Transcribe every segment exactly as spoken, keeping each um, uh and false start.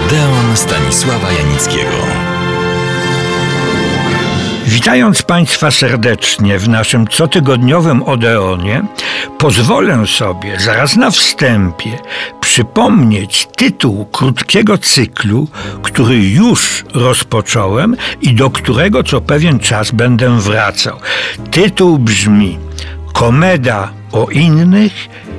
Odeon Stanisława Janickiego. Witając Państwa serdecznie w naszym cotygodniowym Odeonie, pozwolę sobie zaraz na wstępie przypomnieć tytuł krótkiego cyklu, który już rozpocząłem i do którego co pewien czas będę wracał. Tytuł brzmi: Komeda o innych,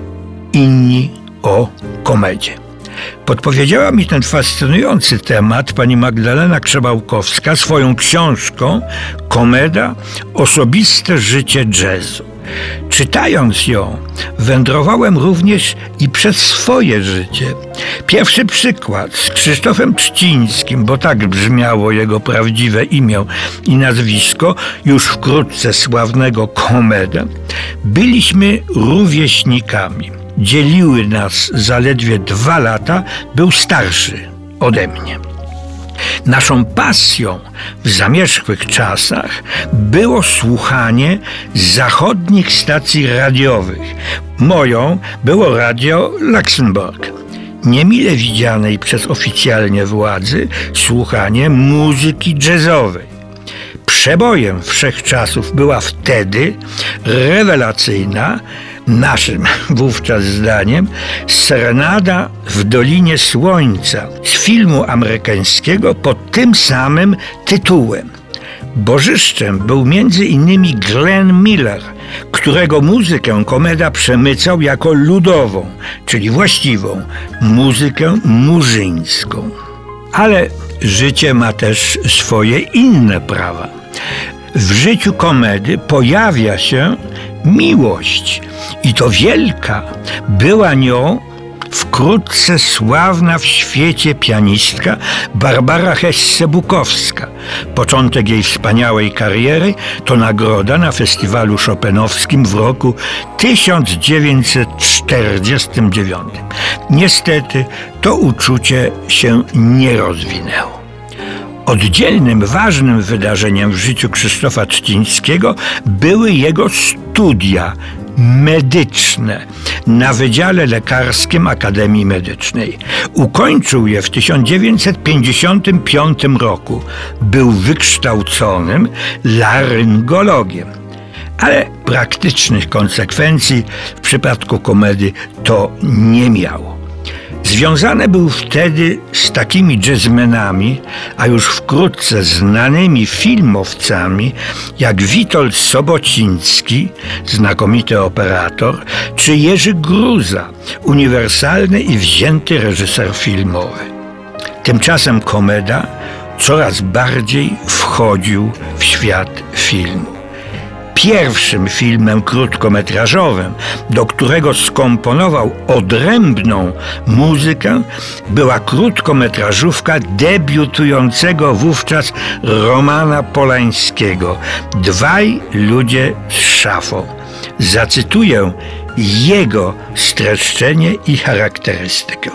inni o komedzie. Podpowiedziała mi ten fascynujący temat pani Magdalena Krzebałkowska swoją książką Komeda – osobiste życie jazzu. Czytając ją, wędrowałem również i przez swoje życie. Pierwszy przykład z Krzysztofem Trzcińskim, bo tak brzmiało jego prawdziwe imię i nazwisko, już wkrótce sławnego Komeda. Byliśmy rówieśnikami. Dzieliły nas zaledwie dwa lata, był starszy ode mnie. Naszą pasją w zamierzchłych czasach było słuchanie zachodnich stacji radiowych. Moją było Radio Luxemburg. Niemile widzianej przez oficjalnie władzy słuchanie muzyki jazzowej. Przebojem wszechczasów była wtedy rewelacyjna, naszym wówczas zdaniem, Serenada w Dolinie Słońca z filmu amerykańskiego pod tym samym tytułem. Bożyszczem był między innymi Glenn Miller, którego muzykę Komeda przemycał jako ludową, czyli właściwą muzykę murzyńską. Ale życie ma też swoje inne prawa. W życiu Komedy pojawia się miłość i to wielka. Była nią wkrótce sławna w świecie pianistka Barbara Hesse-Bukowska. Początek jej wspaniałej kariery to nagroda na festiwalu chopinowskim w roku tysiąc dziewięćset czterdziestym dziewiątym. Niestety to uczucie się nie rozwinęło. Oddzielnym, ważnym wydarzeniem w życiu Krzysztofa Trzcińskiego były jego studia medyczne na Wydziale Lekarskim Akademii Medycznej. Ukończył je w tysiąc dziewięćset pięćdziesiątym piątym roku. Był wykształconym laryngologiem. Ale praktycznych konsekwencji w przypadku Komedy to nie miało. Związany był wtedy z takimi jazzmenami, a już wkrótce znanymi filmowcami, jak Witold Sobociński, znakomity operator, czy Jerzy Gruza, uniwersalny i wzięty reżyser filmowy. Tymczasem Komeda coraz bardziej wchodził w świat filmu. Pierwszym filmem krótkometrażowym, do którego skomponował odrębną muzykę, była krótkometrażówka debiutującego wówczas Romana Polańskiego „Dwaj ludzie z szafą”. Zacytuję jego streszczenie i charakterystykę.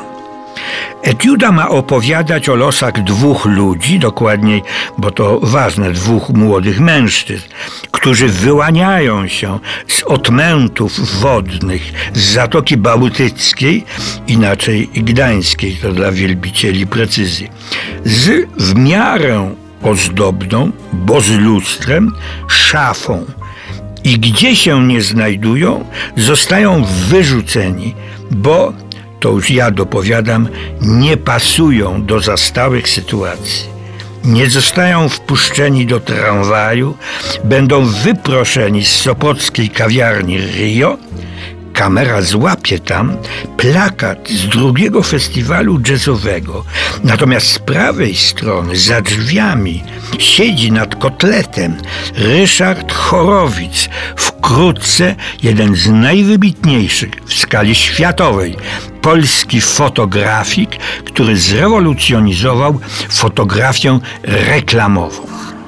Etiuda ma opowiadać o losach dwóch ludzi, dokładniej, bo to ważne, dwóch młodych mężczyzn, którzy wyłaniają się z odmętów wodnych z Zatoki Bałtyckiej, inaczej gdańskiej, to dla wielbicieli precyzji, z w miarę ozdobną, bo z lustrem, szafą. I gdzie się nie znajdują, zostają wyrzuceni, bo to już ja dopowiadam, nie pasują do zastałych sytuacji. Nie zostają wpuszczeni do tramwaju, będą wyproszeni z sopockiej kawiarni Rio. Kamera złapie tam plakat z drugiego festiwalu jazzowego. Natomiast z prawej strony, za drzwiami, siedzi nad kotletem Ryszard Chorowicz, wkrótce jeden z najwybitniejszych w skali światowej polski fotografik, który zrewolucjonizował fotografię reklamową.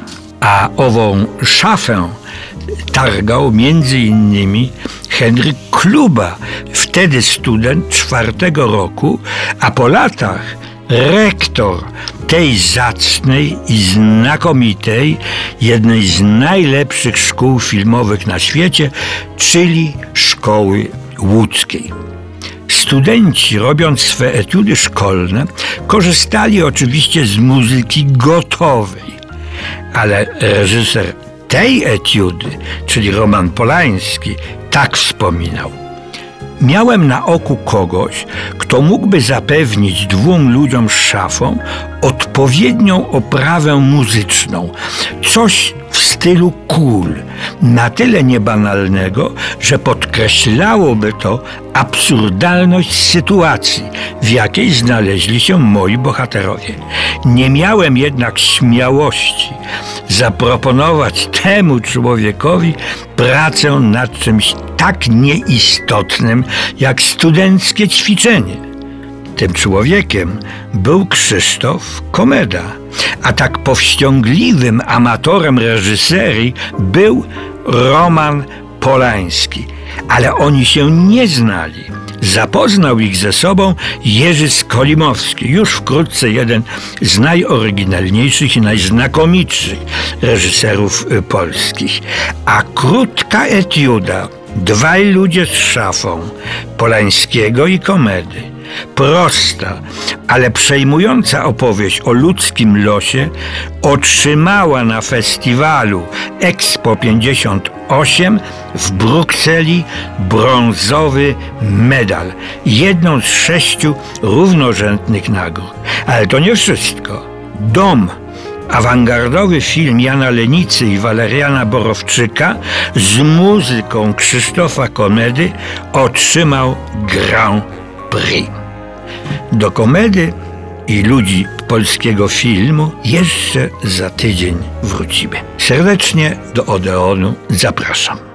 A ową szafę targał między innymi Henryk Kluba, wtedy student czwartego roku, a po latach rektor tej zacnej i znakomitej, jednej z najlepszych szkół filmowych na świecie, czyli Szkoły Łódzkiej. Studenci, robiąc swe etiudy szkolne, korzystali oczywiście z muzyki gotowej, ale reżyser tej etiudy, czyli Roman Polański, tak wspominał: miałem na oku kogoś, kto mógłby zapewnić dwóm ludziom z szafą odpowiednią oprawę muzyczną, coś w stylu cool, na tyle niebanalnego, że podkreślałoby to absurdalność sytuacji, w jakiej znaleźli się moi bohaterowie. Nie miałem jednak śmiałości zaproponować temu człowiekowi pracę nad czymś tak nieistotnym jak studenckie ćwiczenie. Tym człowiekiem był Krzysztof Komeda, a tak powściągliwym amatorem reżyserii był Roman Polański. Ale oni się nie znali. Zapoznał ich ze sobą Jerzy Skolimowski, już wkrótce jeden z najoryginalniejszych i najznakomitszych reżyserów polskich. A krótka etiuda Dwaj ludzie z szafą Polańskiego i Komedy, prosta, ale przejmująca opowieść o ludzkim losie, otrzymała na festiwalu Expo pięćdziesiąt osiem w Brukseli brązowy medal, jedną z sześciu równorzędnych nagród. Ale to nie wszystko. Dom, awangardowy film Jana Lenicy i Waleriana Borowczyka z muzyką Krzysztofa Komedy, otrzymał Grand Prix. Do Komedy i ludzi polskiego filmu jeszcze za tydzień wrócimy. Serdecznie do Odeonu zapraszam.